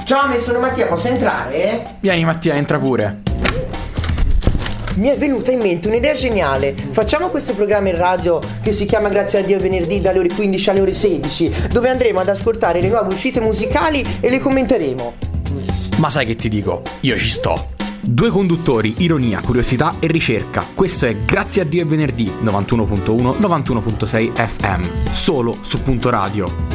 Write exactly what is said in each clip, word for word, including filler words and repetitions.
Ciao, mi sono Mattia, posso entrare? Vieni Mattia, entra pure. Mi è venuta in mente un'idea geniale. Facciamo questo programma in radio che si chiama Grazie a Dio venerdì dalle ore quindici alle ore sedici, dove andremo ad ascoltare le nuove uscite musicali e le commenteremo. Ma sai che ti dico? Io ci sto. Due conduttori, ironia, curiosità e ricerca. Questo è Grazie a Dio è venerdì, novantuno virgola uno, novantuno virgola sei F M, solo su Punto Radio.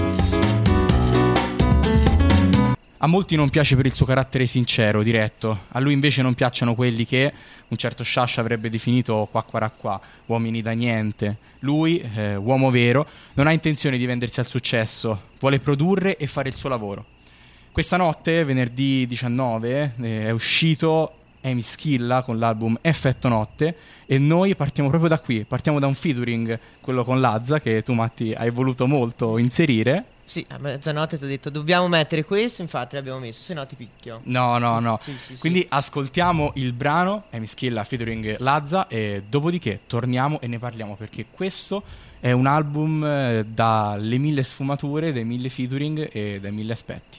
A molti non piace per il suo carattere sincero, diretto. A lui invece non piacciono quelli che un certo Sciascia avrebbe definito qua qua qua, uomini da niente. Lui, eh, uomo vero, non ha intenzione di vendersi al successo, vuole produrre e fare il suo lavoro. Questa notte, venerdì diciannove, eh, è uscito Amy Schilla con l'album Effetto Notte e noi partiamo proprio da qui, partiamo da un featuring, quello con Lazza, che tu Matti hai voluto molto inserire. Sì, a mezzanotte ti ho detto dobbiamo mettere questo, infatti l'abbiamo messo, se no ti picchio. No, no, no. Sì, sì, Quindi sì. ascoltiamo il brano Amy Schilla featuring Lazza e dopodiché torniamo e ne parliamo, perché questo è un album eh, dalle mille sfumature, dai mille featuring e dai mille aspetti.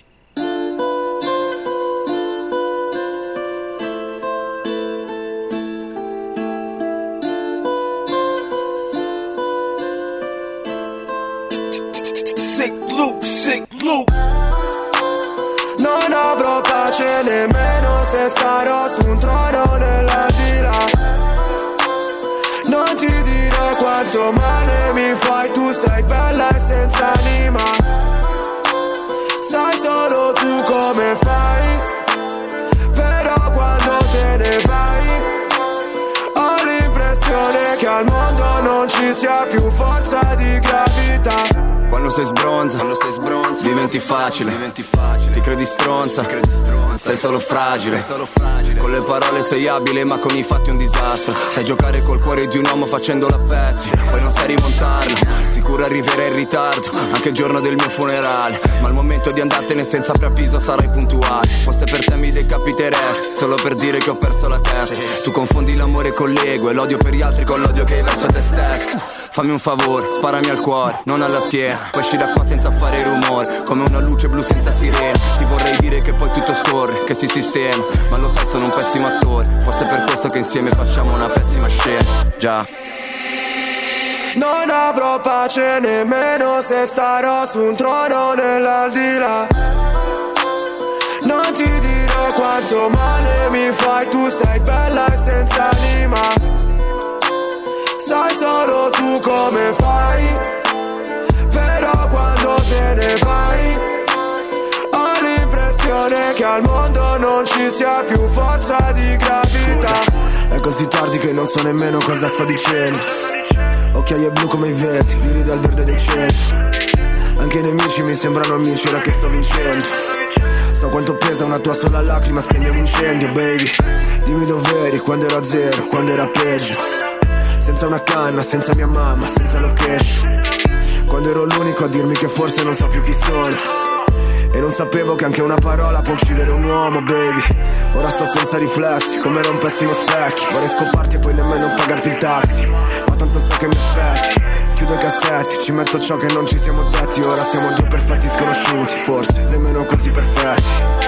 Non avrò pace nemmeno se starò su un trono nell'aldilà. Non ti dirò quanto male mi fai, tu sei bella e senza anima. Sai solo tu come fai, però quando te ne vai ho l'impressione che al mondo non ci sia più forza di gravità. Quando sei sbronza, quando sei sbronza, diventi facile, diventi facile. Ti credi stronza, ti credi stronza. Sei solo fragile, sei solo fragile. Con le parole sei abile ma con i fatti un disastro. Sai giocare col cuore di un uomo facendolo a pezzi, poi non sai rimontarlo. Sicuro arriverai in ritardo, anche il giorno del mio funerale. Ma al momento di andartene senza preavviso sarai puntuale. Forse per te mi decapiteresti, solo per dire che ho perso la testa. Tu confondi l'amore con l'ego e l'odio per gli altri con l'odio che hai verso te stesso. Fammi un favore, sparami al cuore, non alla schiena. Poi esci da qua senza fare rumore, come una luce blu senza sirena. Ti vorrei dire che poi tutto scorre, che si sistema, ma lo sai sono un pessimo attore. Forse è per questo che insieme facciamo una pessima scena. Già. Non avrò pace nemmeno se starò su un trono nell'aldilà. Non ti dirò quanto male mi fai, tu sei bella e senza anima. Sai solo tu come fai, però quando te ne vai ho l'impressione che al mondo non ci sia più forza di gravità. Scusa, è così tardi che non so nemmeno cosa sto dicendo. Occhiaie blu come i venti, liri dal verde del centro. Anche i nemici mi sembrano amici ora che sto vincendo. So quanto pesa una tua sola lacrima, spegne un incendio, baby. Dimmi dov'eri quando ero a zero, quando era peggio. Senza una canna, senza mia mamma, senza location. Quando ero l'unico a dirmi che forse non so più chi sono. E non sapevo che anche una parola può uccidere un uomo, baby. Ora sto senza riflessi, come ero un pessimo specchio. Vorrei scoparti e poi nemmeno pagarti il taxi, ma tanto so che mi aspetti. Chiudo i cassetti, ci metto ciò che non ci siamo detti. Ora siamo due perfetti sconosciuti, forse nemmeno così perfetti.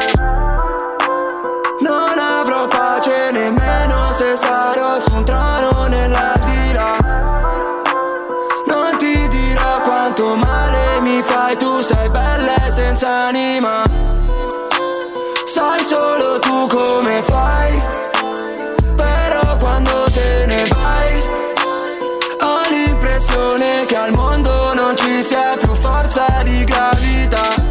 Non avrò pace nemmeno se starò su un trono nell'aldilà. Non ti dirò quanto male mi fai, tu sei bella e senza anima. Sai solo tu come fai, però quando te ne vai ho l'impressione che al mondo non ci sia più forza di gravità.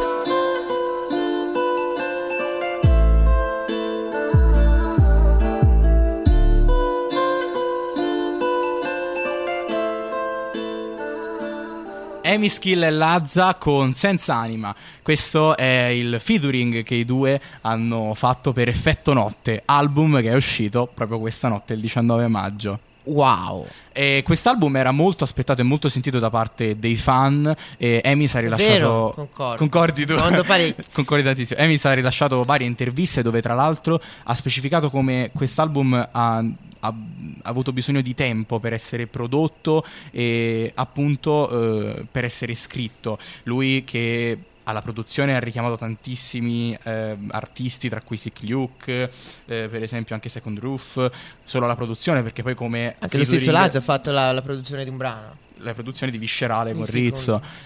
Amy Schilla e Lazza con Senza Anima. Questo è il featuring che i due hanno fatto per Effetto Notte, album che è uscito proprio questa notte, il diciannove maggio. Wow. E quest'album era molto aspettato e molto sentito da parte dei fan. E Amy si è rilasciato. Vero, concordo. Concordi tu? Pare... Concordi tantissimo. Amy si è rilasciato varie interviste dove tra l'altro ha specificato come quest'album ha ha avuto bisogno di tempo per essere prodotto e appunto eh, per essere scritto. Lui che alla produzione ha richiamato tantissimi eh, artisti, tra cui Sick Luke, eh, per esempio anche Second Roof, solo alla produzione, perché poi come anche lo stesso Lazio ha fatto la, la produzione di un brano, la produzione di Viscerale con sì, Rizzo, con...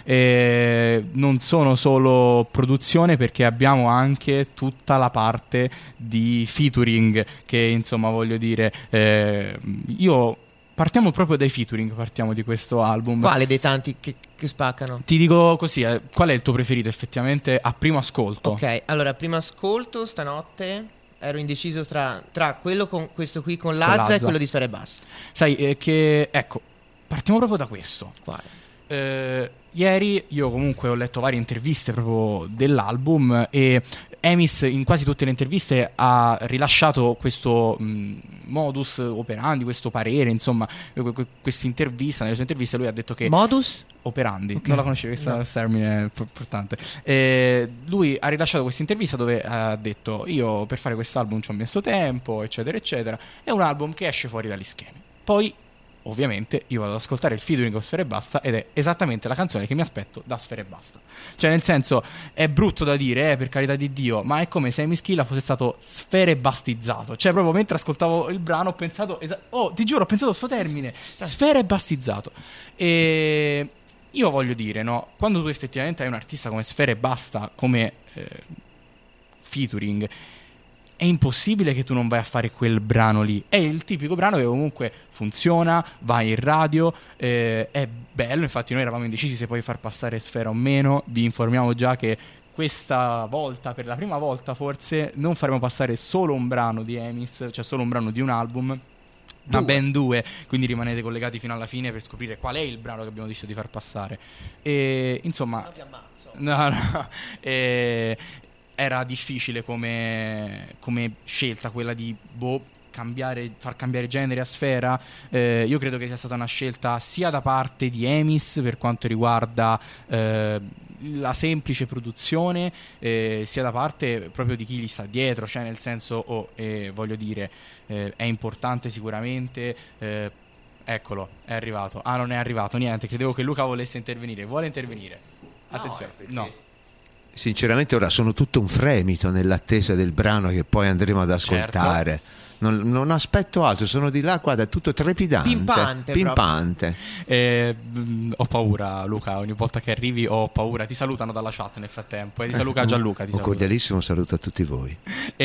e non sono solo produzione, perché abbiamo anche tutta la parte di featuring che, insomma, voglio dire, eh, io partiamo proprio dai featuring, partiamo di questo album. Quale dei tanti che, che spaccano? Ti dico così, eh, qual è il tuo preferito effettivamente a primo ascolto? Ok, allora a primo ascolto stanotte ero indeciso tra, tra quello con questo qui con Lazza, Lazza. e quello di Sfera Ebbasta. Sai eh, che, ecco, partiamo proprio da questo. Quale? Eh, ieri io comunque ho letto varie interviste proprio dell'album, e Emis in quasi tutte le interviste ha rilasciato questo mh, modus operandi, questo parere, insomma, questa intervista. Nelle sue interviste lui ha detto che modus operandi, okay. Non la conoscevi questa no. termine importante. Eh, lui ha rilasciato questa intervista dove ha detto: io per fare quest'album ci ho messo tempo, eccetera eccetera, è un album che esce fuori dagli schemi. Poi ovviamente io vado ad ascoltare il featuring con Sfera Ebbasta ed è esattamente la canzone che mi aspetto da Sfera Ebbasta. Cioè, nel senso, è brutto da dire, eh, per carità di Dio, ma è come se Emischilla fosse stato sferebastizzato. Cioè, proprio mentre ascoltavo il brano ho pensato esa- oh, ti giuro, ho pensato a sto termine, sferebastizzato. E io voglio dire, no, quando tu effettivamente hai un artista come Sfera Ebbasta come eh, featuring, è impossibile che tu non vai a fare quel brano lì. È il tipico brano che comunque funziona, va in radio, eh, è bello. Infatti noi eravamo indecisi se poi far passare Sfera o meno. Vi informiamo già che questa volta, per la prima volta forse, non faremo passare solo un brano di Emis, cioè solo un brano di un album, ma due. ben due, quindi rimanete collegati fino alla fine per scoprire qual è il brano che abbiamo deciso di far passare. E insomma, no, ti ammazzo. no, no, e era difficile come, come scelta quella di boh, cambiare, far cambiare genere a Sfera. Eh, io credo che sia stata una scelta sia da parte di Emis per quanto riguarda eh, la semplice produzione, eh, sia da parte proprio di chi gli sta dietro, cioè nel senso, oh, eh, voglio dire, eh, è importante sicuramente. Eh, eccolo, è arrivato. Ah, non è arrivato, niente, credevo che Luca volesse intervenire. Vuole intervenire? Attenzione, no. no. Sinceramente ora sono tutto un fremito nell'attesa del brano che poi andremo ad ascoltare. Certo. Non, non aspetto altro, sono di là, guarda, è tutto trepidante, pimpante, pimpante. Eh, mh, ho paura, Luca, ogni volta che arrivi ho paura. Ti salutano dalla chat nel frattempo, e ti saluta Gianluca. Ti un cordialissimo saluto a tutti voi.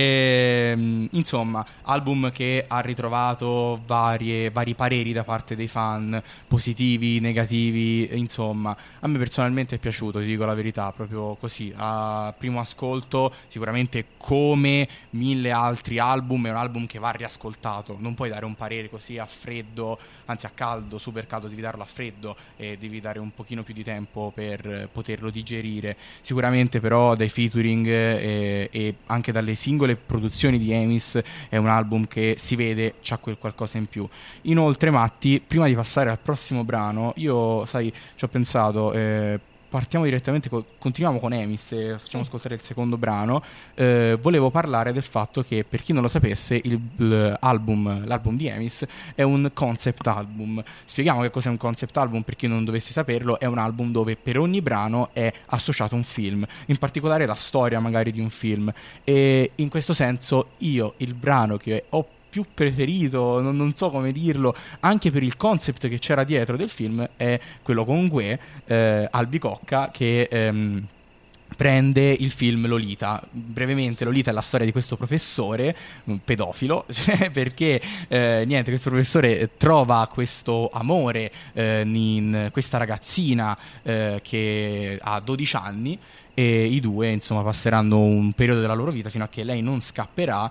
E, mh, insomma, album che ha ritrovato varie, vari pareri da parte dei fan, positivi, negativi, insomma. A me personalmente è piaciuto, ti dico la verità, proprio così, a primo ascolto, sicuramente come mille altri album, è un album che va riascoltato. Non puoi dare un parere così a freddo, anzi a caldo, super caldo, devi darlo a freddo e devi dare un pochino più di tempo per poterlo digerire. Sicuramente però dai featuring e, e anche dalle singole produzioni di Emis è un album che si vede, c'ha quel qualcosa in più. Inoltre, Matti, prima di passare al prossimo brano, io sai ci ho pensato, eh, partiamo direttamente, co- continuiamo con Emis e facciamo ascoltare il secondo brano. Eh, volevo parlare del fatto che, per chi non lo sapesse, il, l'album, l'album di Emis è un concept album. Spieghiamo che cos'è un concept album per chi non dovesse saperlo. È un album dove per ogni brano è associato un film, in particolare la storia magari di un film, e in questo senso io il brano che ho più preferito, non, non so come dirlo, anche per il concept che c'era dietro del film, è quello con Gue, eh, Albicocca, che ehm, prende il film Lolita. Brevemente, Lolita è la storia di questo professore, un pedofilo, perché eh, niente, questo professore trova questo amore eh, in questa ragazzina eh, che ha dodici anni, e i due insomma passeranno un periodo della loro vita fino a che lei non scapperà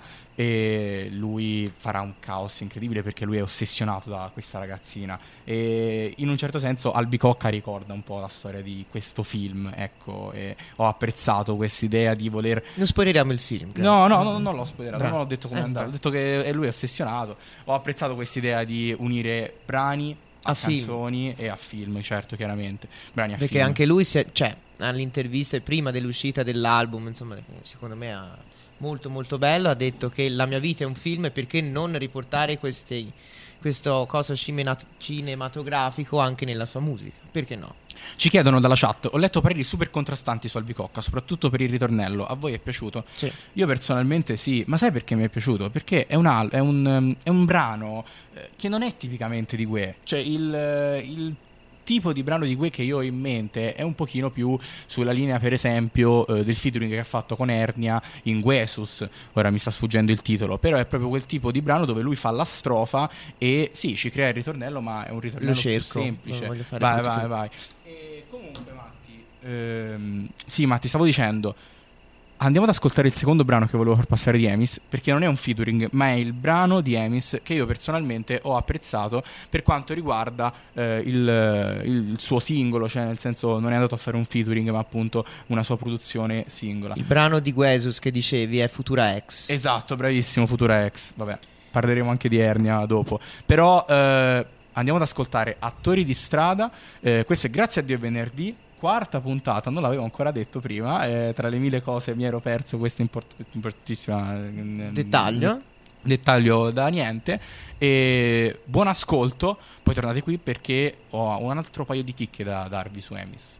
e lui farà un caos incredibile perché lui è ossessionato da questa ragazzina. E in un certo senso Albicocca ricorda un po' la storia di questo film, ecco, e ho apprezzato questa idea di voler... Non spoileriamo il film. No, no, no, non l'ho spoilerato, Bra- non ho detto come eh, andare, ho detto che è lui ossessionato. Ho apprezzato questa idea di unire brani a, a canzoni film. E a film, certo, chiaramente. Brani a perché film. anche lui si è, cioè, all'intervista prima dell'uscita dell'album, insomma, secondo me ha molto molto bello, ha detto che la mia vita è un film e perché non riportare questi, questo coso cimena- cinematografico anche nella sua musica, perché no? Ci chiedono dalla chat, ho letto pareri super contrastanti su Albicocca, soprattutto per il ritornello. A voi è piaciuto? Sì. Io personalmente sì, ma sai perché mi è piaciuto? Perché è un, al- è un, um, è un brano eh, che non è tipicamente di Guè. Cioè il, eh, il tipo di brano di Guè che io ho in mente è un pochino più sulla linea, per esempio, eh, del featuring che ha fatto con Ernia in Guesus. Ora mi sta sfuggendo il titolo, però è proprio quel tipo di brano dove lui fa la strofa e sì, ci crea il ritornello, ma è un ritornello Lo cerco, più semplice. lo voglio fare vai, molto vai, sem- vai. E comunque, Matti, ehm, sì, Matti, stavo dicendo, andiamo ad ascoltare il secondo brano che volevo far passare di Emis, perché non è un featuring, ma è il brano di Emis che io personalmente ho apprezzato per quanto riguarda eh, il, il suo singolo, cioè nel senso non è andato a fare un featuring, ma appunto una sua produzione singola. Il brano di Guesus che dicevi è Futura X. Esatto, bravissimo, Futura X. Vabbè, parleremo anche di Ernia dopo. Però eh, andiamo ad ascoltare Attori di strada. Eh, questo è Grazie a Dio è venerdì, quarta puntata, non l'avevo ancora detto prima, eh, tra le mille cose mi ero perso questo import- importantissimo eh, Dettaglio. dettaglio da niente. E buon ascolto, poi tornate qui perché ho un altro paio di chicche da darvi su Emis.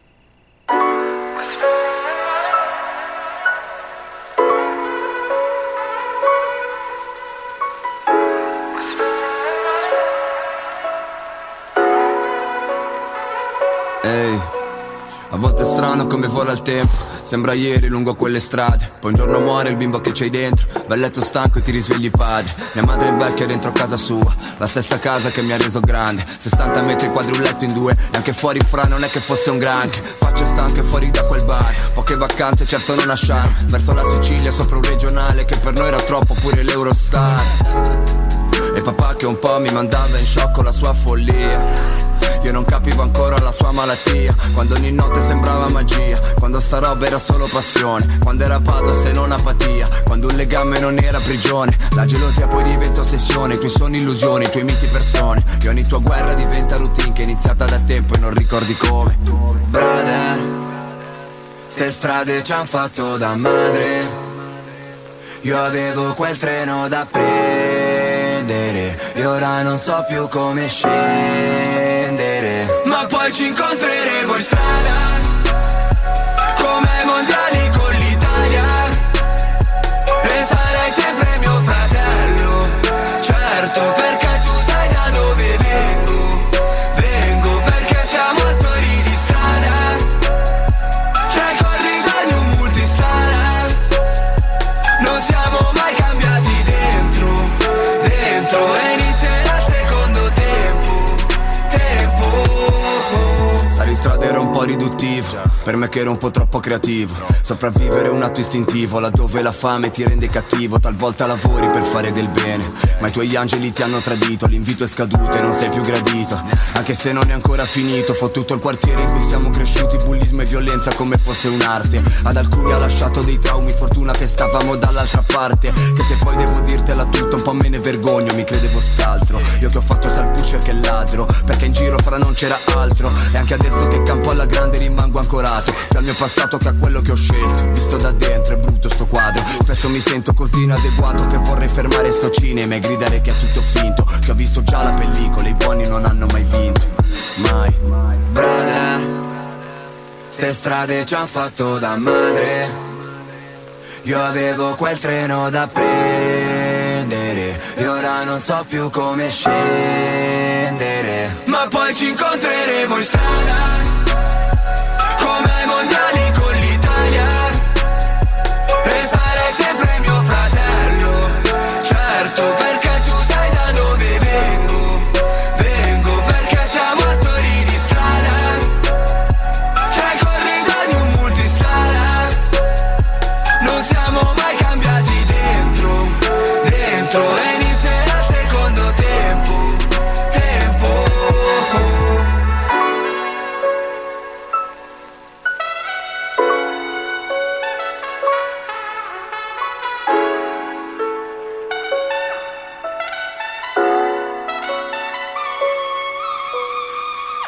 Ehi, a volte è strano come vola il tempo, sembra ieri lungo quelle strade. Poi un giorno muore il bimbo che c'hai dentro, vai a letto stanco e ti risvegli padre. Mia madre invecchia dentro casa sua, la stessa casa che mi ha reso grande. sessanta metri quadri, un letto in due, e anche fuori fra non è che fosse un granché. Facce stanche fuori da quel bar, poche vacanze certo non a Sharm. Verso la Sicilia sopra un regionale che per noi era troppo, pure l'Eurostar. E papà che un po' mi mandava in shock con la sua follia. Io non capivo ancora la sua malattia, quando ogni notte sembrava magia, quando sta roba era solo passione, quando era pathos e non apatia, quando un legame non era prigione, la gelosia poi diventa ossessione, i tuoi sogni illusioni, i tuoi miti persone, e ogni tua guerra diventa routine che è iniziata da tempo e non ricordi come. Brother, ste strade ci han fatto da madre, io avevo quel treno da prendere, e ora non so più come scendere, ma poi ci incontreremo in strada, come ai mondiali con l'Italia, e sarai sempre mio fratello, certo, perché tu sai da dove vengo, vengo perché siamo attori di strada, tra i corridoi di un multistrada, non siamo mai cambiati dentro, dentro, e inizierà il secondo tempo, tempo. Stare in strada era un po' riduttivo, per me che ero un po' troppo creativo. Sopravvivere è un atto istintivo, laddove la fame ti rende cattivo. Talvolta lavori per fare del bene, ma i tuoi angeli ti hanno tradito. L'invito è scaduto e non sei più gradito, anche se non è ancora finito. Fottuto il quartiere in cui siamo cresciuti, bullismo e violenza come fosse un'arte. Ad alcuni ha lasciato dei traumi, fortuna che stavamo dall'altra parte. Che se poi devo dirtela tutta un po' me ne vergogno, mi credevo st'altro. Io che ho fatto sia il pusher che il ladro, perché in giro fra non c'era altro. E anche adesso che campo alla grande rimango ancorato, sia al mio passato che a quello che ho scelto. Visto da dentro è brutto sto quadro, spesso mi sento così inadeguato che vorrei fermare sto cinema e gridare che è tutto finto, che ho visto già la pellicola, i buoni non hanno mai vinto, mai. Brother, ste strade ci han fatto da madre, io avevo quel treno da prendere, e ora non so più come scendere, ma poi ci incontreremo in strada, come ai mondiali con l'Italia, e sarai sempre mio fratello, certo, perché tu sai da dove vengo, vengo perché siamo attori di strada, tra i corridoi di un multistrada, non siamo mai cambiati dentro, dentro, e inizierà il secondo tempo, tempo.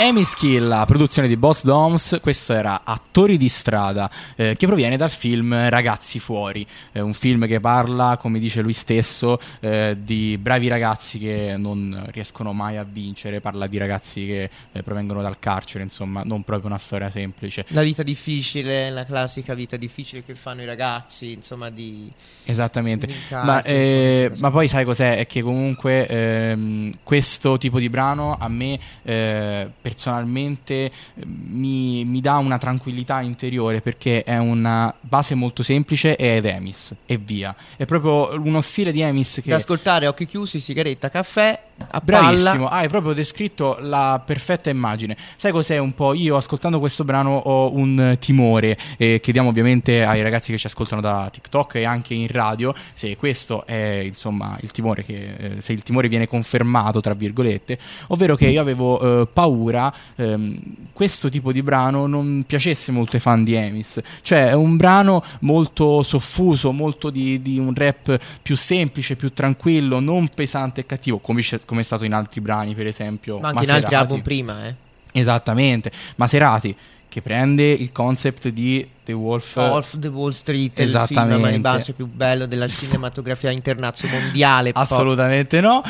Emiskill, la produzione di Boss Doms. Questo era Attori di strada, eh, che proviene dal film Ragazzi fuori, eh, un film che parla, come dice lui stesso, eh, di bravi ragazzi che non riescono mai a vincere. Parla di ragazzi che eh, provengono dal carcere, insomma, non proprio una storia semplice. La vita difficile, la classica vita difficile che fanno i ragazzi, insomma, di... Esattamente. di carcere, ma, eh, insomma, ma poi sai cos'è? È che comunque ehm, questo tipo di brano a me eh, personalmente eh, mi, mi dà una tranquillità interiore, perché è una base molto semplice ed è Emis e via. È proprio uno stile di Emis che... da ascoltare a occhi chiusi, sigaretta, caffè, a Bravissimo, palla. hai proprio descritto la perfetta immagine. Sai cos'è un po'? Io ascoltando questo brano ho un timore, e chiediamo ovviamente ai ragazzi che ci ascoltano da TikTok e anche in radio se questo è, insomma, il timore che eh, se il timore viene confermato, tra virgolette, ovvero che io avevo eh, paura ehm, questo tipo di brano non piacesse molto ai fan di Emis. Cioè è un brano molto soffuso, molto di, di un rap più semplice, più tranquillo, non pesante e cattivo, come, come è stato in altri brani, per esempio ma anche Maserati. in altri album prima, eh. Esattamente, Maserati, che prende il concept di The Wolf of the Wall Street, il film Mani Basse più bello della cinematografia internazionale mondiale. Assolutamente no.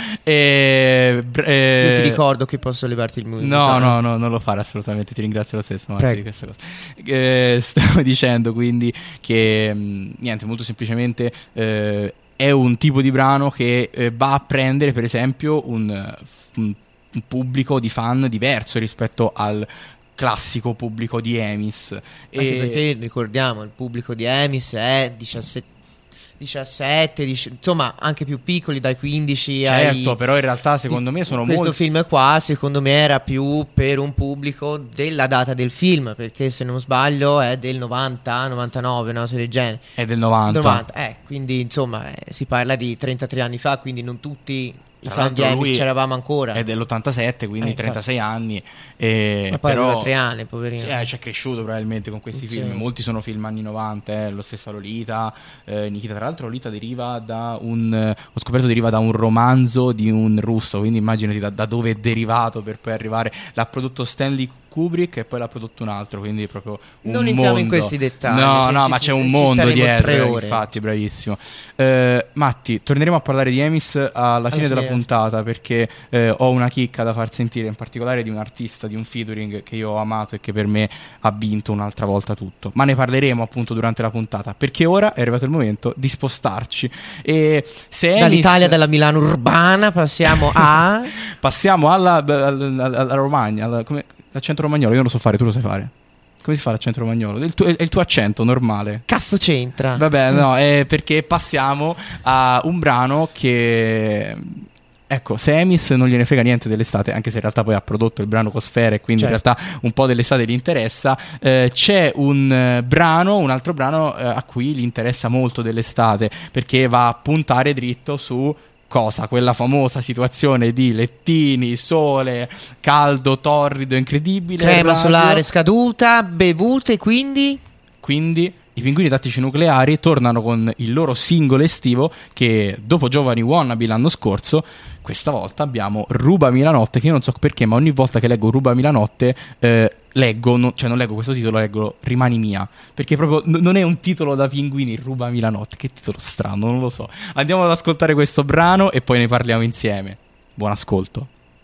E, eh, io ti ricordo che posso levarti il mio no, no, no, non lo fare assolutamente. Ti ringrazio lo stesso, Marti, di questa cosa. Eh, stavo dicendo quindi che mh, niente, molto semplicemente eh, è un tipo di brano che eh, va a prendere, per esempio, un, un, un pubblico di fan diverso rispetto al classico pubblico di Emis. Anche e... perché ricordiamo, il pubblico di Emis è diciassette, diciassette dieci, insomma anche più piccoli, dai quindici certo, ai... però in realtà secondo me sono questo molto... film qua secondo me era più per un pubblico della data del film, perché se non sbaglio è del novanta novantanove, no, se del genere è del novanta, novanta eh, quindi insomma eh, si parla di trentatré anni fa, quindi non tutti i tra fan di Emis c'eravamo ancora. È dell'ottantasette, quindi eh, trentasei infatti. anni. E ma poi però aveva tre anni, poverino. Sì, eh, ci è cresciuto probabilmente con questi sì. film. Molti sono film anni novanta, eh, lo stesso Lolita. Eh, Nikita, tra l'altro, Lolita deriva da un. Eh, ho scoperto deriva da un romanzo di un russo. Quindi immaginati da, da dove è derivato per poi arrivare. L'ha prodotto Stanley Kubrick e poi l'ha prodotto un altro, quindi proprio un non entriamo mondo. in questi dettagli, no no ci, ma ci, c'è un ci mondo dietro, tre ore. Infatti bravissimo. eh, Matti, torneremo a parlare di Emis alla, alla fine della puntata, perché eh, ho una chicca da far sentire, in particolare di un artista, di un featuring che io ho amato e che per me ha vinto un'altra volta tutto, ma ne parleremo appunto durante la puntata, perché ora è arrivato il momento di spostarci. E se Emis... dall'Italia, dalla Milano urbana passiamo a passiamo alla, alla, alla, alla Romagna, alla, come... l'accento romagnolo io non lo so fare, tu lo sai fare? Come si fa l'accento romagnolo? Il tuo, è il tuo accento normale. Cazzo c'entra? Vabbè, no, è perché passiamo a un brano che... Ecco, se Emis non gliene frega niente dell'estate, anche se in realtà poi ha prodotto il brano Cosfera e quindi certo. in realtà un po' dell'estate gli interessa, eh, c'è un eh, brano, un altro brano eh, a cui gli interessa molto dell'estate, perché va a puntare dritto su... cosa? Quella famosa situazione di lettini, sole, caldo, torrido, incredibile, crema radio. solare scaduta, bevute, quindi? Quindi i Pinguini Tattici Nucleari tornano con il loro singolo estivo che dopo Giovani Wannabe l'anno scorso, questa volta abbiamo Rubami la notte, che io non so perché, ma ogni volta che leggo Rubami la notte eh, leggo, no, cioè non leggo questo titolo, leggo Rimani mia, perché proprio n- non è un titolo da Pinguini, Rubami la notte, che titolo strano, non lo so. Andiamo ad ascoltare questo brano e poi ne parliamo insieme. Buon ascolto.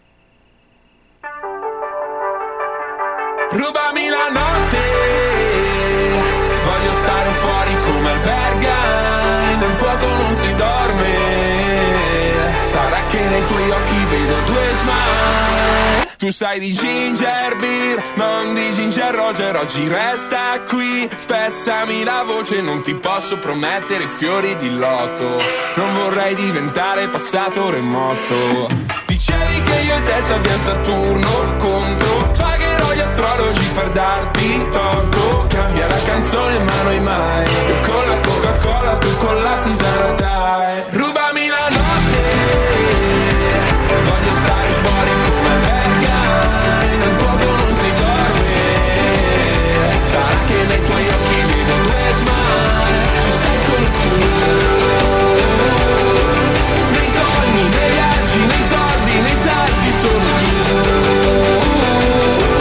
Rubami la notte, voglio stare fuori come alberga, nel fuoco non si dorme, sarà che nei tuoi occhi vedo due smile. Tu sai di ginger beer, non di ginger roger, oggi resta qui, spezzami la voce, non ti posso promettere fiori di loto, non vorrei diventare passato remoto. Dicevi che io e te ci abbiamo Saturno contro, pagherò gli astrologi per darti torto, cambia la canzone ma noi mai, io con la Coca-Cola, tu con la tisana dai. Rubami la notte, voglio stare fuori come alberga, nel fuoco non si dorme, sarà che nei tuoi occhi vedo due smile, ci sei solo tu, nei sogni, nei viaggi, nei soldi, nei saldi, solo tu.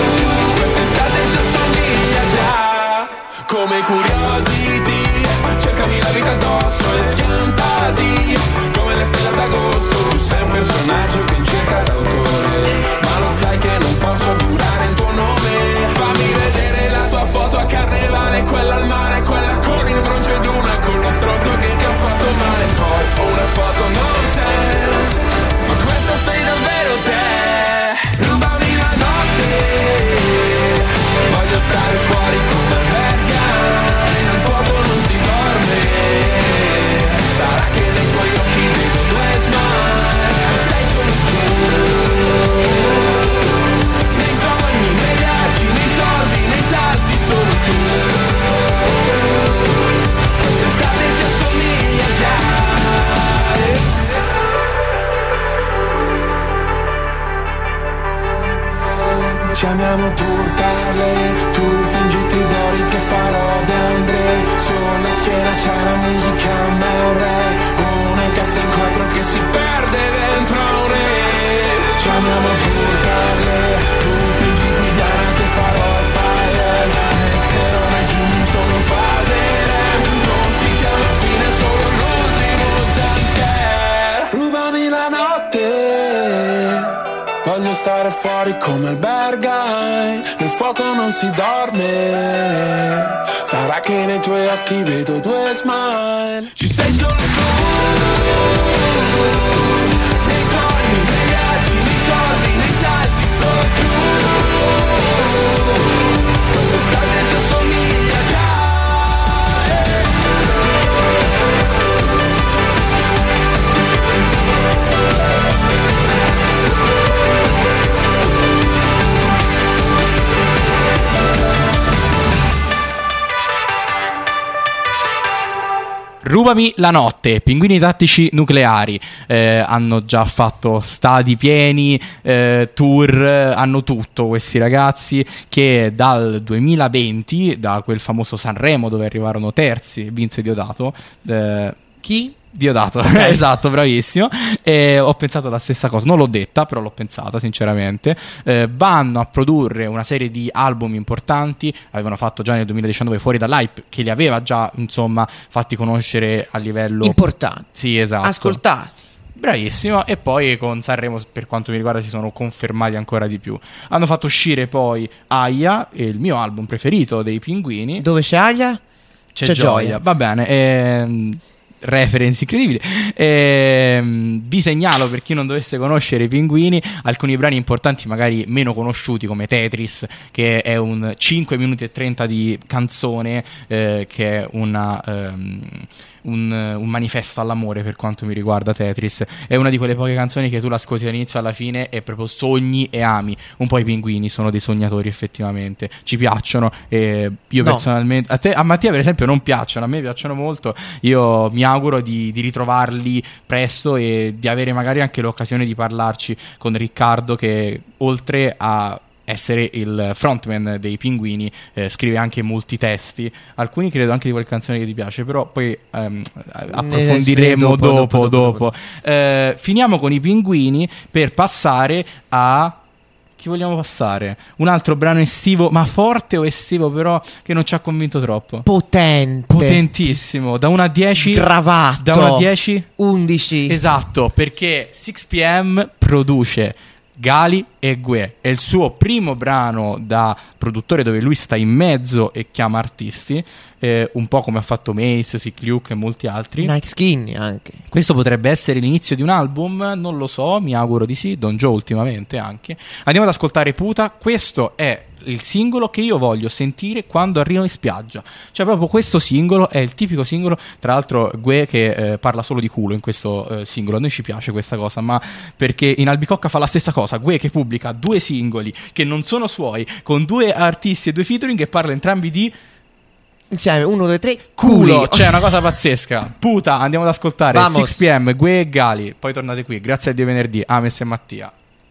chiamo pur parler, tu fingiti d'ori che farò De André. Sulla schiena c'è la musica M R, una cassa in quattro che si perde dentro un re. Chiamiamo pur parler, tu fingiti Diana che farò fire, metterò nei zoom solo fase rem, non si chiama fine solo l'ultimo jumpscare. Rubami la notte, voglio stare fuori come il Berghain, nel fuoco non si dorme, sarà che nei tuoi occhi vedo due smile. Ci sei solo tu, nei sogni, nei viaggi, nei soldi, nei salti, solo tu. Questo stadio già somiglia già. Rubami la notte, Pinguini Tattici Nucleari, eh, hanno già fatto stadi pieni, eh, tour, hanno tutto questi ragazzi che dal duemilaventi, da quel famoso Sanremo dove arrivarono terzi, Vince Diodato. Eh, Chi? Diodato, okay. Esatto, bravissimo. E ho pensato la stessa cosa, non l'ho detta, però l'ho pensata sinceramente. Eh, vanno a produrre una serie di album importanti, avevano fatto già nel duemiladiciannove Fuori dall'Hype, che li aveva già insomma fatti conoscere a livello importante. Sì, esatto. Ascoltati. Bravissimo, e poi con Sanremo per quanto mi riguarda si sono confermati ancora di più. Hanno fatto uscire poi Aia, il mio album preferito dei Pinguini. Dove c'è Aia? C'è, c'è Gioia. Gioia. Va bene, ehm reference incredibili. Ehm, vi segnalo, per chi non dovesse conoscere i Pinguini, alcuni brani importanti magari meno conosciuti come Tetris, che è un cinque minuti e trenta di canzone, eh, che è una um, un, un manifesto all'amore per quanto mi riguarda. Tetris è una di quelle poche canzoni che tu l'ascolti dall'inizio alla fine e proprio sogni e ami. Un po' i Pinguini sono dei sognatori, effettivamente ci piacciono, e io no. personalmente a te, a Mattia per esempio non piacciono, a me piacciono molto. Io mi auguro di, di ritrovarli presto e di avere magari anche l'occasione di parlarci con Riccardo, che oltre a essere il frontman dei Pinguini eh, scrive anche molti testi, alcuni credo anche di qualche canzone che ti piace, però poi ehm, approfondiremo dopo, dopo, dopo, dopo. dopo. Eh, finiamo con i Pinguini per passare a chi vogliamo passare? Un altro brano estivo, ma forte o estivo però, che non ci ha convinto troppo. Potente. Potentissimo. Da uno a dieci. Sgravato. Da uno a dieci? undici. Esatto, perché sei p m produce Gali e Gue. È il suo primo brano da produttore dove lui sta in mezzo e chiama artisti, eh, un po' come ha fatto Mace, Sick Luke e molti altri. Night Skinny anche. Questo potrebbe essere l'inizio di un album, non lo so, mi auguro di sì. Don Joe ultimamente anche. Andiamo ad ascoltare Puta. Questo è il singolo che io voglio sentire quando arrivo in spiaggia. Cioè proprio questo singolo è il tipico singolo. Tra l'altro Gue che eh, parla solo di culo in questo eh, singolo. A noi ci piace questa cosa, ma perché in Albicocca fa la stessa cosa. Gue che pubblica due singoli che non sono suoi, con due artisti e due featuring, e parla entrambi di insieme, uno, due, tre, culo. culo. Cioè una cosa pazzesca. Puta, andiamo ad ascoltare Vamos. sei p m, Gue e Gali. Poi tornate qui, grazie a Dio venerdì, Ames e Mattia.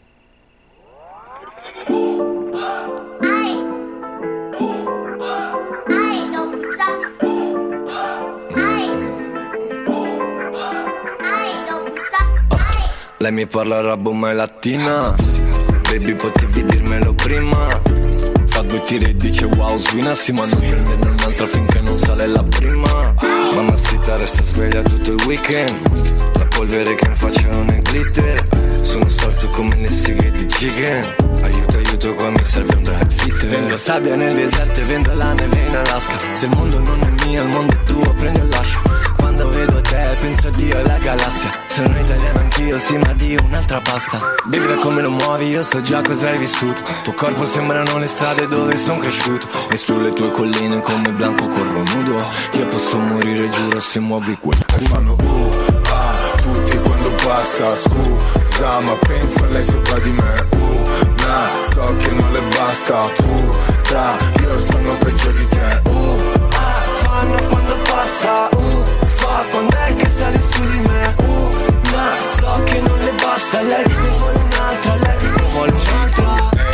Lei mi parla rabo mai lattina, baby potevi dirmelo prima. Fa due tiri e dice wow swinassi, ma non prenderne un'altra finché non sale la prima. Mamma sita resta sveglia tutto il weekend, la polvere che in faccia non è glitter. Sono storto come le seghe di Chicken. Aiuto, aiuto, qua mi serve un drag sitter. Vendo sabbia nel deserto e vendo la neve in Alaska. Se il mondo non è mio, il mondo è tuo, prendi o lascia. Quando vedo te penso a Dio e la galassia. Sono italiano anch'io, sì ma Dio un'altra pasta. Baby da come lo muovi io so già cosa hai vissuto. Tuo corpo sembrano le strade dove son cresciuto, e sulle tue colline come Blanco corro nudo. Io posso morire giuro se muovi quel e fanno uh, ah, tutti quando passa. Scusa ma penso a lei sopra di me. Uh, nah, so che non le basta. Puta, io sono peggio di te. Uh, ah, fanno quando passa. Uh, fa quando è che sali su di me. Uh, nah, so che non le basta. Lei ne vuole un'altra, lei ne vuole un'altra. Lei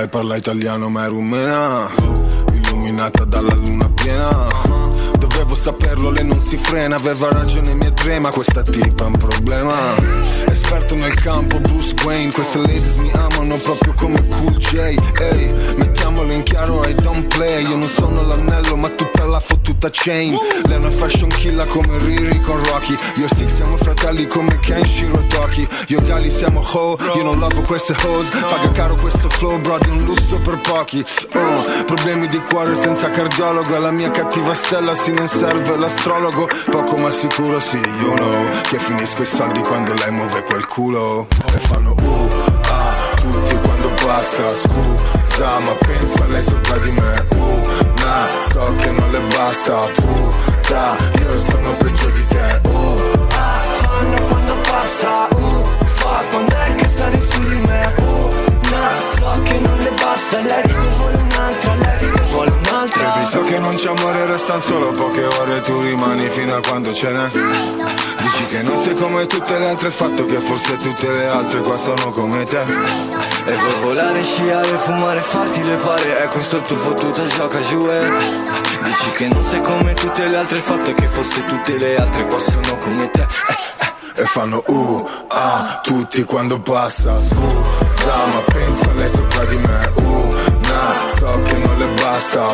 lei parla italiano ma è rumena, illuminata dalla luna piena. Dovevo saperlo, lei non si frena, aveva ragione mia trema, questa tipa è un problema. Esperto nel campo, Bruce Wayne, queste ladies mi amano proprio come Cool J. Ehi, mettiamolo in chiaro, I don't play, io non sono l'anello ma tutta la fottuta chain. Lei è una fashion killer come Riri con Rocky, io e Six siamo fratelli come Kenshiro e Toki. Io e Gali siamo ho, io non lavo queste hoes, paga caro questo flow bro, di un lusso per pochi. uh, Problemi di cuore senza cardiologo, alla mia cattiva stella sì non serve l'astrologo. Poco ma sicuro sì, you know, che finisco i soldi quando lei muove quel culo. E fanno uh, ah, tutti quando passa. Scusa ma penso a lei sopra di me. Uh, nah, so che non le basta. Puta, io sono peggio di te. Uh, ah, fanno quando passa. Uh, fa quando è che sali su di me. Uh, nah, so che non le basta. Lei ne vuole un'altra, lei ne vuole un'altra. Baby, so che non c'è amore, restano solo poche ore. Tu rimani fino a quando ce n'è. Dici che non sei come tutte le altre, il fatto che forse tutte le altre qua sono come te. E vuoi volare, sciare, fumare, farti le pare, è questo il tuo fottuto gioca giù e dici che non sei come tutte le altre, il fatto è che forse tutte le altre qua sono come te. E fanno uh, ah, tutti quando passa. Scusa ma penso a lei sopra di me. Uh, nah, so che non le basta.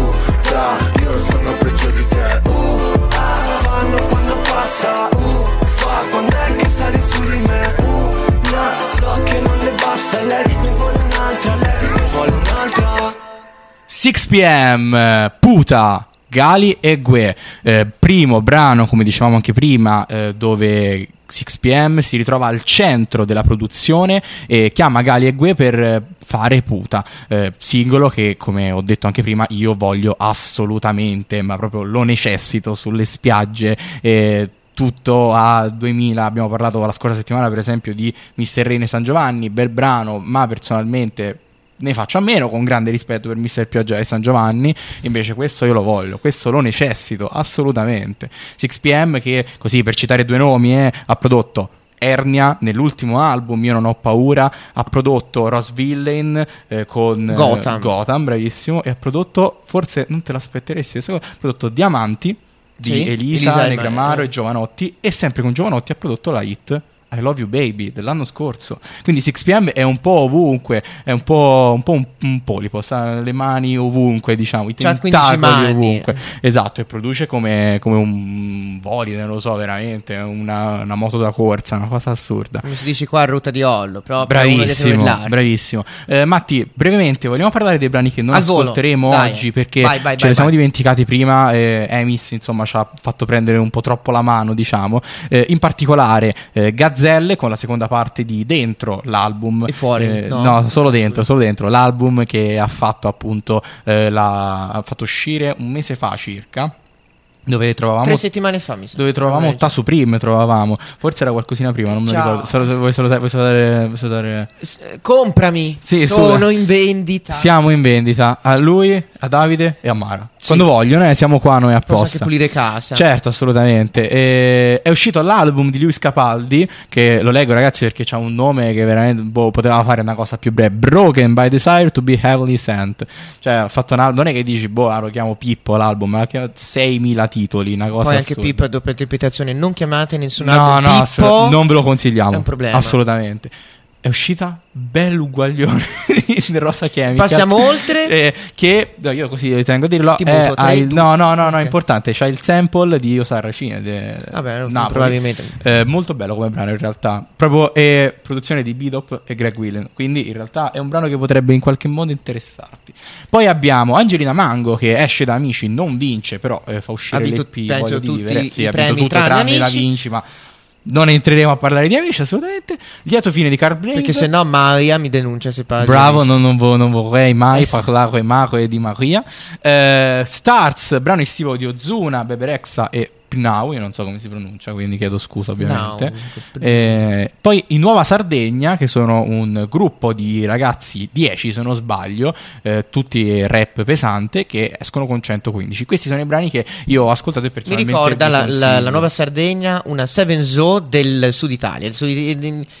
Puta, io sono peggio di te. Uh, ah, fanno quando passa. Uh, fa quando è che sali su di me. Uh, nah, so che non le basta. Lei ne vuole un'altra, lei ne vuole un'altra. sei p m, Puta, Gali e Gue, eh, primo brano, come dicevamo anche prima, eh, dove sei p m si ritrova al centro della produzione e chiama Gali e Gue per fare Puta, eh, singolo che, come ho detto anche prima, io voglio assolutamente, ma proprio lo necessito sulle spiagge. eh, Tutto a duemila, abbiamo parlato la scorsa settimana per esempio di mister Rene San Giovanni, bel brano, ma personalmente ne faccio a meno, con grande rispetto per mister Pioggia e San Giovanni. Invece questo io lo voglio, questo lo necessito assolutamente. sei p m che, così per citare due nomi, eh, ha prodotto Ernia nell'ultimo album Io non ho paura, ha prodotto Ross Villain eh, con Gotham. Eh, Gotham, bravissimo, e ha prodotto, forse non te l'aspetteresti, ha prodotto Diamanti di sì, Elisa, Elisa Negramaro e e Giovanotti, e sempre con Giovanotti ha prodotto la hit I Love You Baby dell'anno scorso. Quindi sei p m è un po' ovunque, è un po' un, po' un, un polipo, sta le mani ovunque, diciamo, i tentacoli ovunque. Esatto, e produce come, come un bolide, non lo so, veramente, una, una moto da corsa, una cosa assurda. Come si dice qua a Ruta di Ollo, proprio. Bravissimo, bravissimo. Eh, Matti, brevemente, vogliamo parlare dei brani che non Al ascolteremo volo, oggi, perché vai, vai, ce vai, ne siamo vai. dimenticati prima. eh, Emis, insomma, ci ha fatto prendere un po' troppo la mano, diciamo. Eh, in particolare eh, Gazzelle, con la seconda parte di Dentro, l'album. E fuori? Eh, no. no, solo dentro, solo dentro. L'album che ha fatto appunto eh, la, ha fatto uscire un mese fa circa. Dove trovavamo Tre settimane fa mi sa. Dove trovavamo Ta Supreme, trovavamo. Forse era qualcosina prima, non me lo Ciao. ricordo. Salutare, vuoi salutare, vuoi salutare, vuoi salutare? S- comprami. Sì, sono su- in vendita. Siamo in vendita. A lui, a Davide e a Mara. Sì. Quando vogliono, eh, siamo qua noi Posso apposta. anche pulire casa. Certo, assolutamente. E è uscito l'album di Lewis Capaldi, che lo leggo ragazzi perché c'ha un nome che veramente boh, poteva fare una cosa più breve. Broken by Desire to be Heavily Sent. Cioè ha fatto un album, non è che dici boh, ah, lo chiamo Pippo l'album, ma lo chiamo seimila titoli, una cosa Poi anche assurda. Pippo è doppia interpretazione. Non chiamate nessun No, album no, Pippo. assolut- non ve lo consigliamo. È un problema. Assolutamente. È uscita bell'uguaglione di Rosa Chemica. Passiamo oltre. Eh, che no, io così tengo a dirlo. Ti è- butto, tre, ha il- due. no, no, no, no, è Ok. importante. C'ha il sample di Io Sarracine. De, Vabbè, Napoli. probabilmente. Eh, molto bello come brano in realtà. Proprio è produzione di Bidop e Greg Willen. Quindi in realtà è un brano che potrebbe in qualche modo interessarti. Poi abbiamo Angelina Mango che esce da Amici, non vince, però eh, fa uscire Ha vinto, l'E P, penso, Voglio di tutti vivere. Sì, i ha vinto premi, tutto tranne tranne la Amici. Vinci, ma non entreremo a parlare di Amici assolutamente. Lieto fine di Carbrave. Perché se no Maria mi denuncia se parla di Bravo, Amici. non, non, vo- non vorrei mai parlare mai di Maria. Eh, Stars, brano estivo di Ozuna, Bebe Rexha e Pnau, io non so come si pronuncia, quindi chiedo scusa ovviamente. No. Eh, poi in Nuova Sardegna, che sono un gruppo di ragazzi, dieci se non sbaglio, eh, tutti rap pesante, che escono con centoquindici. Questi sono i brani che io ho ascoltato e Mi personalmente ricorda vi la, la, consiglio. la Nuova Sardegna una Seven Zoo del Sud Italia. Del sud, di- di-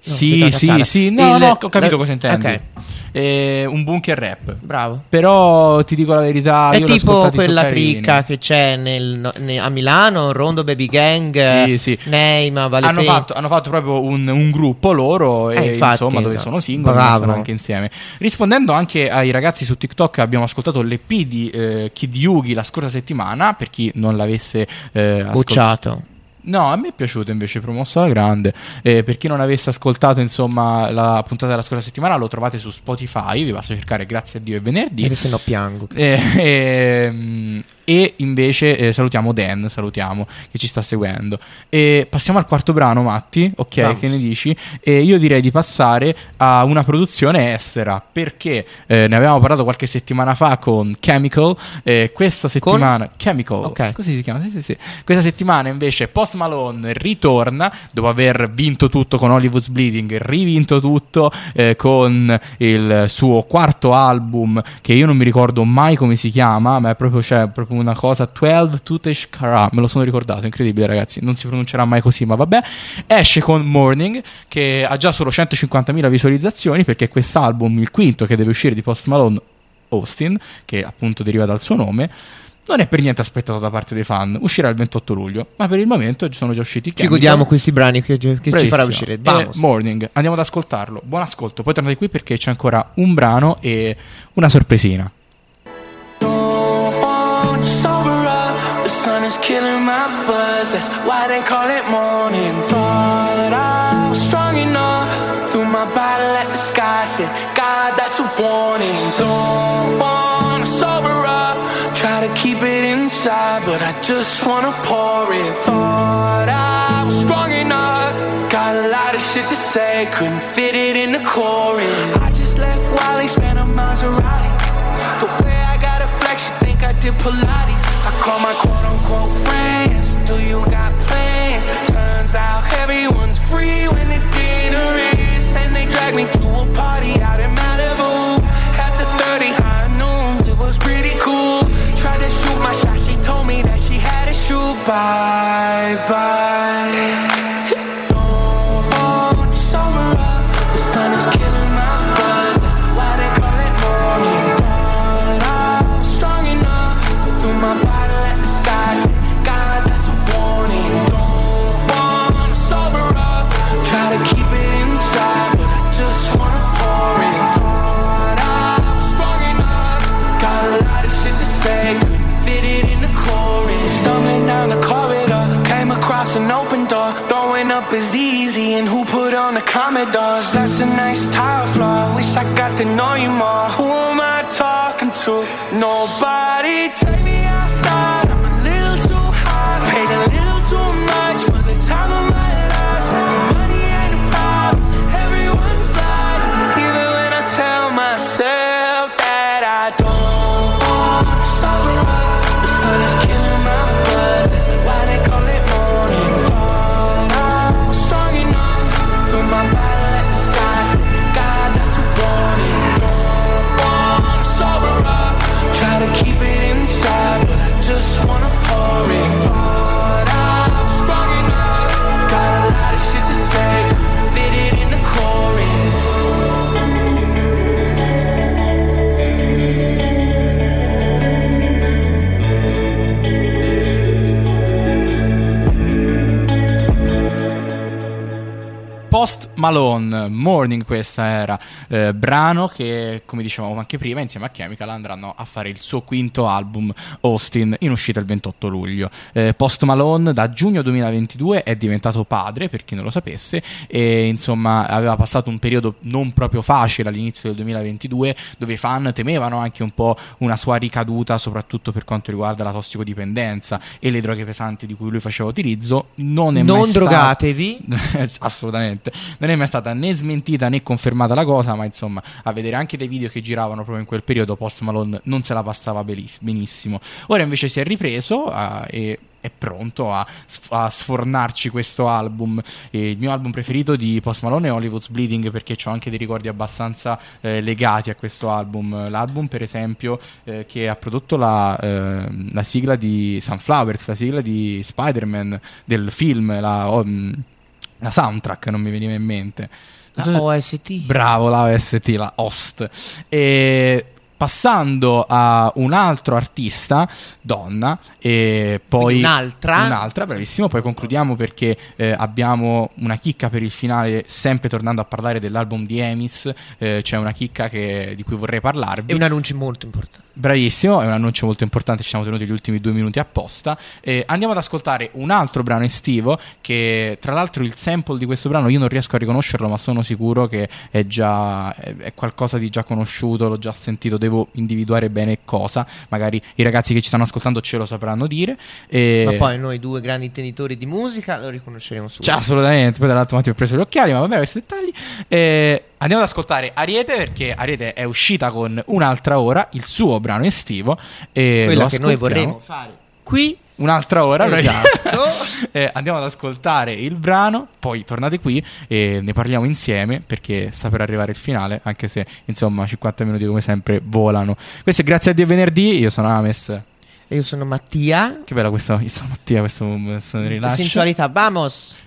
Sì, sì, sì, no, Il- no, ho capito la- cosa intendi. ok. Eh, un bunker rap. Bravo. Però ti dico la verità, È io l'ho tipo ascoltati, quella sono carini. cricca che c'è nel- no- ne- a Milano, Rondo Baby Gang, Sì, sì. Neima, Valentin. Hanno fatto, hanno fatto proprio un, un gruppo loro e Eh, infatti, insomma dove esatto. sono singoli ma Bravo. sono anche insieme. Rispondendo anche ai ragazzi su TikTok, abbiamo ascoltato l'E P di eh, Kid Yugi la scorsa settimana, per chi non l'avesse eh, ascol- Bocciato. No, a me è piaciuto invece, promosso alla grande. Eh, per chi non avesse ascoltato, insomma, la puntata della scorsa settimana, lo trovate su Spotify. Vi basta cercare Grazie a Dio è venerdì. Perché se no piango. Eh, ehm, e invece eh, salutiamo Dan, salutiamo che ci sta seguendo. E passiamo al quarto brano, Matti. Ok, Vamos. che ne dici? E io direi di passare a una produzione estera, perché eh, ne avevamo parlato qualche settimana fa con Chemical. Eh, questa settimana Chemical, Ok. così si chiama. Sì, sì, sì. Questa settimana invece Post Malone ritorna dopo aver vinto tutto con Hollywood's Bleeding, rivinto tutto eh, con il suo quarto album, che io non mi ricordo mai come si chiama, ma è proprio, cioè, proprio una cosa, dodici Tutesh Kara, me lo sono ricordato, incredibile ragazzi, non si pronuncerà mai così, ma vabbè. Esce con Morning, che ha già solo centocinquantamila visualizzazioni, perché quest'album, il quinto che deve uscire di Post Malone, Austin, che appunto deriva dal suo nome, non è per niente aspettato da parte dei fan. Uscirà il ventotto luglio, ma per il momento sono già usciti i Ci Chemical. godiamo questi brani che, che ci Bravissimo. farà uscire. E Vamos. Morning, andiamo ad ascoltarlo. Buon ascolto, poi tornate qui perché c'è ancora un brano e una sorpresina. Sober up, the sun is killing my buzz. That's why they call it morning. Thought I was strong enough. Threw my bottle at the sky. Said, God, that's a warning. Don't wanna sober up. Try to keep it inside, but I just wanna pour it. Thought I was strong enough. Got a lot of shit to say. Couldn't fit it in the chorus. I just left Wally, spent a Maserati. The way I got a flex, you think I did Pilates. I call my quote-unquote friends. Do you got plans? Turns out everyone's free when the dinner is. Then they drag me to a party out in Malibu. After thirty high noons, it was pretty cool. Tried to shoot my shot, she told me that she had a shoot. Bye-bye. Don't sober up, the sun is killing my buzz. That's why they call it morning. My bottle at the sky, said, God, that's a warning. Don't wanna sober up, try to keep it inside, but I just wanna pour it. Thought I was strong enough, got a lot of shit to say, couldn't fit it in the chorus. Stumbling down the corridor, came across an open door. Throwing up is easy, and who put on the Commodores? That's a nice tile floor, wish I got to know you more. Who am I talking to? Nobody. Take me outside, I'm a little too hot. Paid a little too much for the time of my life. Money ain't a problem, everyone's lying. Even when I tell myself that I don't want to sober up, the sun is killing my buzz. That's why they call it morning. Thought I was strong enough, threw my bottle at the sky. Said, God, that's a warning. Don't want to sober up, try to keep it inside, but I just wanna pour it. Thought I was strong enough, got a lot of shit to say, couldn't fit it in the chorus. Post Malone, Morning, questa era eh, brano che, come dicevamo anche prima, insieme a Chemical andranno a fare il suo quinto album, Austin, in uscita il ventotto luglio. eh, Post Malone da giugno duemilaventidue è diventato padre, per chi non lo sapesse, e insomma aveva passato un periodo non proprio facile all'inizio del duemilaventidue, dove i fan temevano anche un po' una sua ricaduta, soprattutto per quanto riguarda la tossicodipendenza e le droghe pesanti di cui lui faceva utilizzo. Non è Non mai drogatevi. stata... assolutamente non è mai stata né smentita né confermata la cosa, ma insomma, a vedere anche dei video che giravano proprio in quel periodo, Post Malone non se la passava benissimo. Ora invece si è ripreso uh, e è pronto a, a sfornarci questo album. E il mio album preferito di Post Malone è Hollywood's Bleeding, perché ho anche dei ricordi abbastanza eh, legati a questo album. L'album, per esempio, eh, che ha prodotto la, eh, la sigla di Sunflowers, la sigla di Spider-Man, del film, la... Um, la soundtrack, non mi veniva in mente. La O S T. Bravo, la O S T, la host. E passando a un altro artista, donna, e poi Quindi un'altra. un'altra, bravissimo. Poi concludiamo perché eh, abbiamo una chicca per il finale, sempre tornando a parlare dell'album di Emis. Eh, c'è una chicca che, di cui vorrei parlarvi. È un annuncio molto importante. Bravissimo, è un annuncio molto importante, ci siamo tenuti gli ultimi due minuti apposta. Eh, andiamo ad ascoltare un altro brano estivo, che tra l'altro il sample di questo brano io non riesco a riconoscerlo, ma sono sicuro che è già è, è qualcosa di già conosciuto, l'ho già sentito, devo individuare bene cosa, magari i ragazzi che ci stanno ascoltando ce lo sapranno dire. E... ma poi noi due grandi intenditori di musica lo riconosceremo subito. Cioè, assolutamente, poi dall'altro attimo ho preso gli occhiali, ma vabbè, questi dettagli. Eh, andiamo ad ascoltare Ariete, perché Ariete è uscita con Un'altra ora, il suo brano estivo, e quella lo che noi ascoltiamo. vorremmo fare qui Un'altra ora, esatto. eh, andiamo ad ascoltare il brano, poi tornate qui e ne parliamo insieme, perché sta per arrivare il finale, anche se insomma cinquanta minuti come sempre volano. Questo è Grazie a Dio venerdì, io sono Ames e io sono Mattia. Che bella questa, io sono Mattia, questo, questo rilascio. Sensualità, vamos.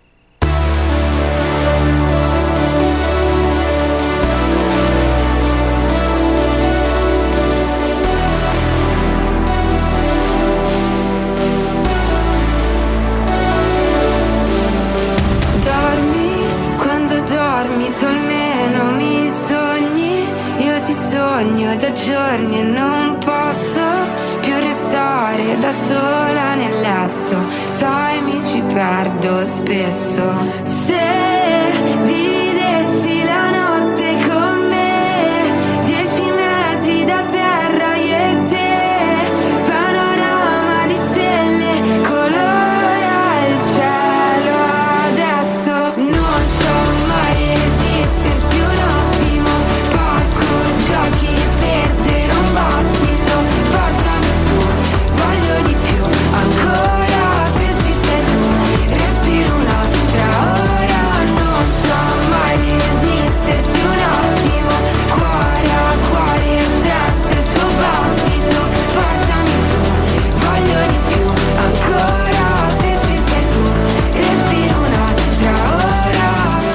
Da giorni e non posso più restare da sola nel letto, sai mi ci perdo spesso. Se dividessi la notte con me, dieci metri da terra io e te, panorama di stelle, colora il cielo adesso. Non so mai resisterti un attimo, parco giochi, perdere un battito, portami su, voglio di più, ancora se ci sei tu, respiro un'altra ora, non so mai resisterti un attimo, cuore a cuore sento il tuo battito, portami su, voglio di più, ancora se ci sei tu, respiro un'altra ora.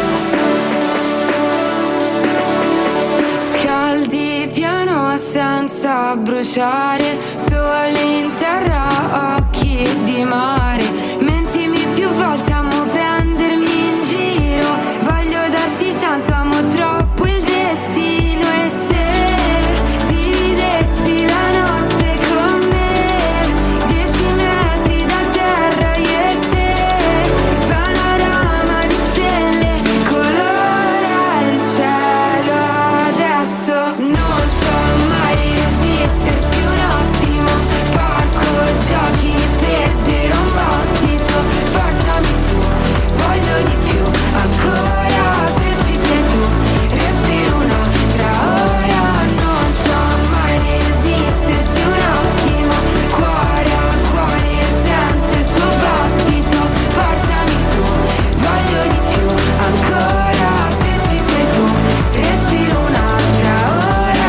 Scaldi piano senza bruciare, soli in terra, occhi di mare, mentimi più volte, amo prendermi in giro, voglio darti tanto, amo troppo il destino. E se dividessi la notte con me, dieci metri da terra io e te, panorama di stelle, colora il cielo adesso. Non so mai resisterti un attimo, parco giochi, perdere un battito, portami su, voglio di più, ancora se ci sei tu, respiro un'altra ora, non so mai resisterti un attimo, cuore a cuore sento il tuo battito, portami su, voglio di più, ancora se ci sei tu, respiro un'altra ora.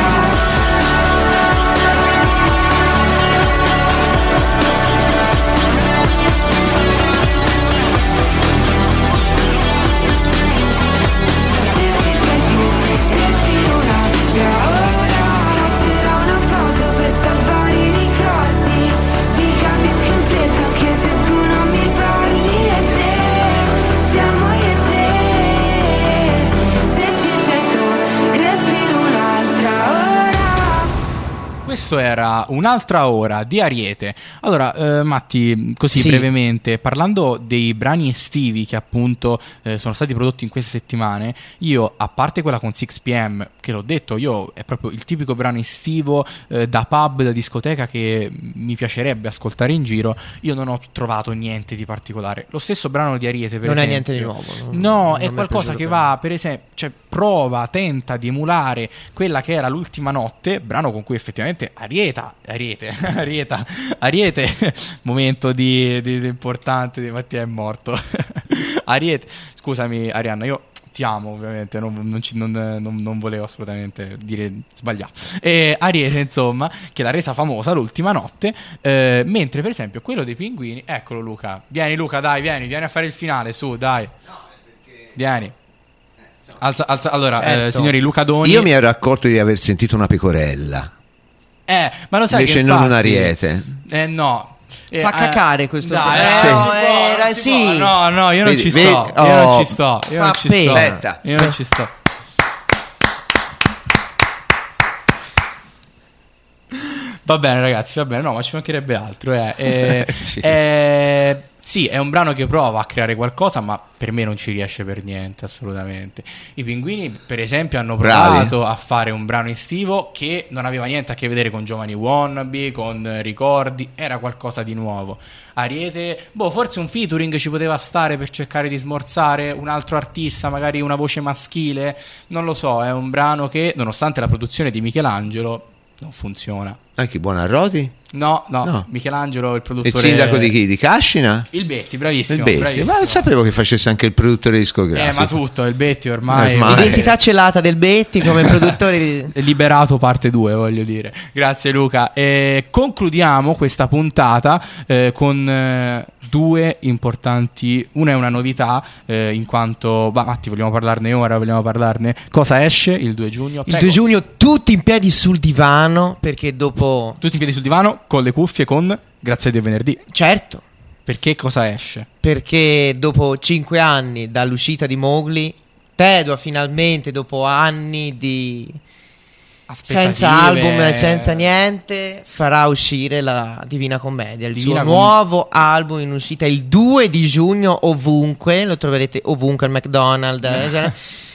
Se ci sei tu, respiro un'altra ora. Scatterò una foto per salvare i ricordi, ti capisco in fretta anche se tu non mi parli, e te, siamo io e te. Se ci sei tu, respiro un'altra ora. Questo era Un'altra ora di Ariete. Allora, eh, Matti, così Sì. brevemente, parlando dei brani estivi che appunto eh, sono stati prodotti in queste settimane, io, a parte quella con sei p m, che l'ho detto, io è proprio il tipico brano estivo eh, da pub, da discoteca, che mi piacerebbe ascoltare in giro, io non ho trovato niente di particolare. Lo stesso brano di Ariete, per Non è esempio, niente di nuovo, no? No, Non è mi è qualcosa piaciuto che per va, per esempio, cioè prova, tenta di emulare quella che era L'ultima notte, brano con cui effettivamente Arieta, Ariete, Arieta, Ariete, momento di, di, di importante di Mattia è morto. Ariete, scusami Arianna, io ti amo ovviamente, non, non, ci, non, non, non volevo assolutamente dire sbagliato. E Ariete, insomma, che l'ha resa famosa l'ultima notte, eh, mentre per esempio quello dei Pinguini, eccolo Luca, vieni Luca, dai, vieni, vieni a fare il finale, su, dai, vieni. Alza, alza, allora, certo. eh, signori, Luca Doni. Io mi ero accorto di aver sentito una pecorella. Eh, ma lo sai invece che non infatti, un ariete. Eh no. Eh, Fa cacare questo. Dai, eh, sì. no, era, sì. No, no, io non vedi, ci vedi, sto. oh, Io non ci sto. Io non ci sto. Aspetta. Io non ci sto. Va bene, ragazzi, va bene. No, ma ci mancherebbe altro. Eh. Eh, sì. eh, sì, è un brano che prova a creare qualcosa, ma per me non ci riesce per niente, assolutamente. I Pinguini, per esempio, hanno provato Bravi. a fare un brano estivo che non aveva niente a che vedere con Giovani Wannabe, con Ricordi, era qualcosa di nuovo. Ariete, boh, forse un featuring ci poteva stare per cercare di smorzare un altro artista, magari una voce maschile, non lo so, è un brano che, nonostante la produzione di Michelangelo, non funziona. Anche Buonarroti? No, no, no, Michelangelo, il produttore. Il sindaco di chi? Di Cascina? Il Betti, bravissimo, il Betti. bravissimo. Ma non sapevo che facesse anche il produttore discografico. Eh, ma tutto, il Betti ormai, ormai. Identità celata del Betti come produttore di... Liberato parte due, voglio dire. Grazie Luca. E concludiamo questa puntata eh, con eh, due importanti. Una è una novità, eh, in quanto bah, Matti, vogliamo parlarne ora, vogliamo parlarne. Cosa esce il due giugno? Prego. Il due giugno tutti in piedi sul divano, perché dopo... Tutti in piedi sul divano, con le cuffie, con Grazie a Dio venerdì. Certo. Perché cosa esce? Perché dopo cinque anni dall'uscita di Mowgli, Tedua finalmente, dopo anni di... senza album e senza niente, farà uscire la Divina Commedia, il Divina suo Com- nuovo album in uscita il due di giugno ovunque, lo troverete ovunque al McDonald's. eh,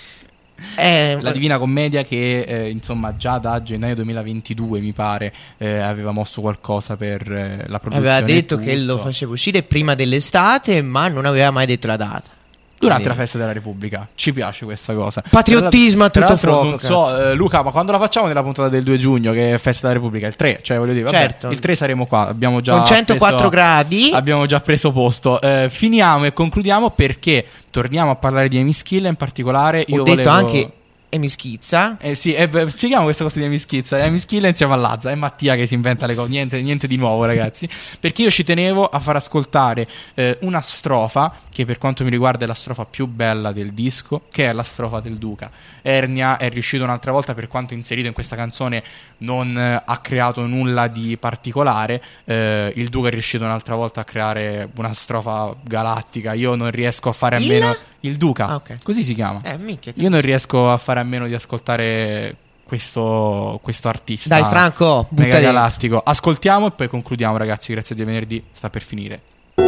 Eh, la Divina Commedia che eh, insomma già da gennaio duemilaventidue mi pare eh, aveva mosso qualcosa per eh, la produzione. Aveva detto che lo faceva uscire prima dell'estate, ma non aveva mai detto la data. Durante Quindi... la festa della Repubblica. Ci piace questa cosa. Patriottismo a tutto fuoco. Non so, eh, Luca, ma quando la facciamo nella puntata del due giugno, che è festa della Repubblica? Il tre, cioè voglio dire, vabbè, certo. Il tre saremo qua. Abbiamo già con centoquattro preso, gradi. Abbiamo già preso posto. Eh, finiamo e concludiamo perché torniamo a parlare di Amy Schilla in particolare. Ho Io detto volevo... anche e mi schizza. Eh sì, eh, spieghiamo questa cosa di mi schizza. È mi schilla insieme a Lazza. È Mattia che si inventa le cose. Niente, niente di nuovo, ragazzi. Perché io ci tenevo a far ascoltare eh, una strofa che per quanto mi riguarda è la strofa più bella del disco, che è la strofa del Duca. Ernia è riuscito un'altra volta, per quanto inserito in questa canzone non eh, ha creato nulla di particolare. eh, Il Duca è riuscito un'altra volta a creare una strofa galattica. Io non riesco a fare a Il? meno. Il Duca, ah, okay. Così si chiama. eh, minchia, Io non riesco a fare a meno di ascoltare questo, questo artista. Dai Franco, mega galattico. Ascoltiamo e poi concludiamo, ragazzi. Grazie a Dio venerdì, sta per finire.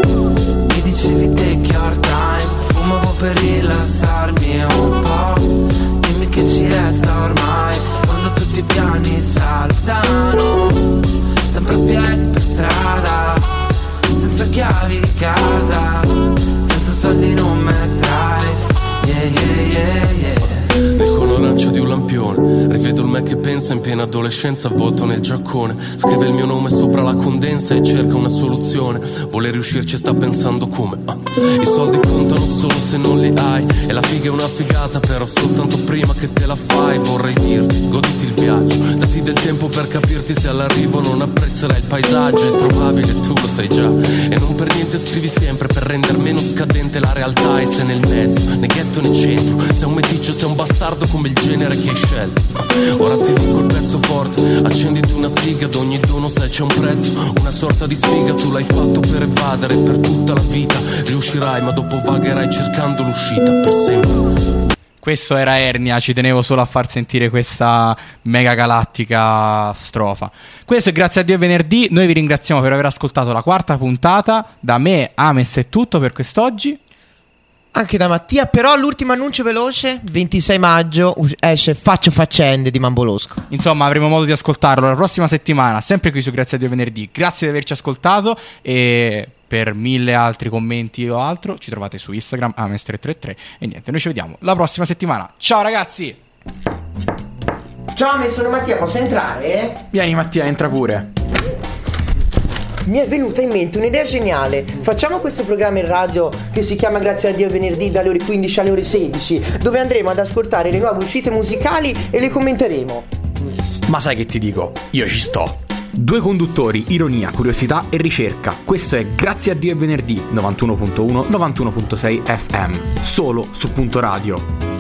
Mi dicevi take your time, fumavo per rilassarmi un po'. Dimmi che ci resta ormai, quando tutti i piani saltano. Sempre a piedi per strada, senza chiavi di casa, senza soldi in un McDrive. Yeah, yeah, yeah, yeah. Nel cono arancio di un lampione rivedo il me che pensa in piena adolescenza, avvolto nel giaccone. Scrive il mio nome sopra la condensa e cerca una soluzione. Vuole riuscirci e sta pensando come ah. I soldi contano solo se non li hai, e la figa è una figata però soltanto prima che te la fai. Vorrei dirti, goditi il viaggio, dati del tempo per capirti se all'arrivo non apprezzerai il paesaggio. È probabile, tu lo sai già, e non per niente scrivi sempre per rendere meno scadente la realtà. E sei nel mezzo, né ghetto né centro, sei un meticcio, sei un bastardo come il genere che hai scelto. Ora ti dico il pezzo forte, accenditi una siga, ad ogni dono sai c'è un prezzo, una sorta di sfiga. Tu l'hai fatto per evadere per tutta la vita, riuscirai ma dopo vagherai cercando l'uscita per sempre. Questo era Ernia, ci tenevo solo a far sentire questa mega galattica strofa. Questo è Grazie a Dio è venerdì, noi vi ringraziamo per aver ascoltato la quarta puntata. Da me, Ames è tutto per quest'oggi. Anche da Mattia, però l'ultimo annuncio veloce, ventisei maggio esce Faccio Faccende di Mambolosco. Insomma, avremo modo di ascoltarlo la prossima settimana, sempre qui su Grazie a Dio venerdì. Grazie di averci ascoltato, e per mille altri commenti o altro ci trovate su Instagram Ames tre tre tre. E niente, noi ci vediamo la prossima settimana. Ciao ragazzi! Ciao Ames, sono Mattia, posso entrare? Vieni Mattia, entra pure. mi è venuta in mente un'idea geniale. Facciamo questo programma in radio che si chiama Grazie a Dio è venerdì dalle ore quindici alle ore sedici, dove andremo ad ascoltare le nuove uscite musicali e le commenteremo. Ma sai che ti dico? Io ci sto. Due conduttori, ironia, curiosità e ricerca. Questo è Grazie a Dio è venerdì, novantuno punto uno, novantuno punto sei F M, solo su Punto Radio.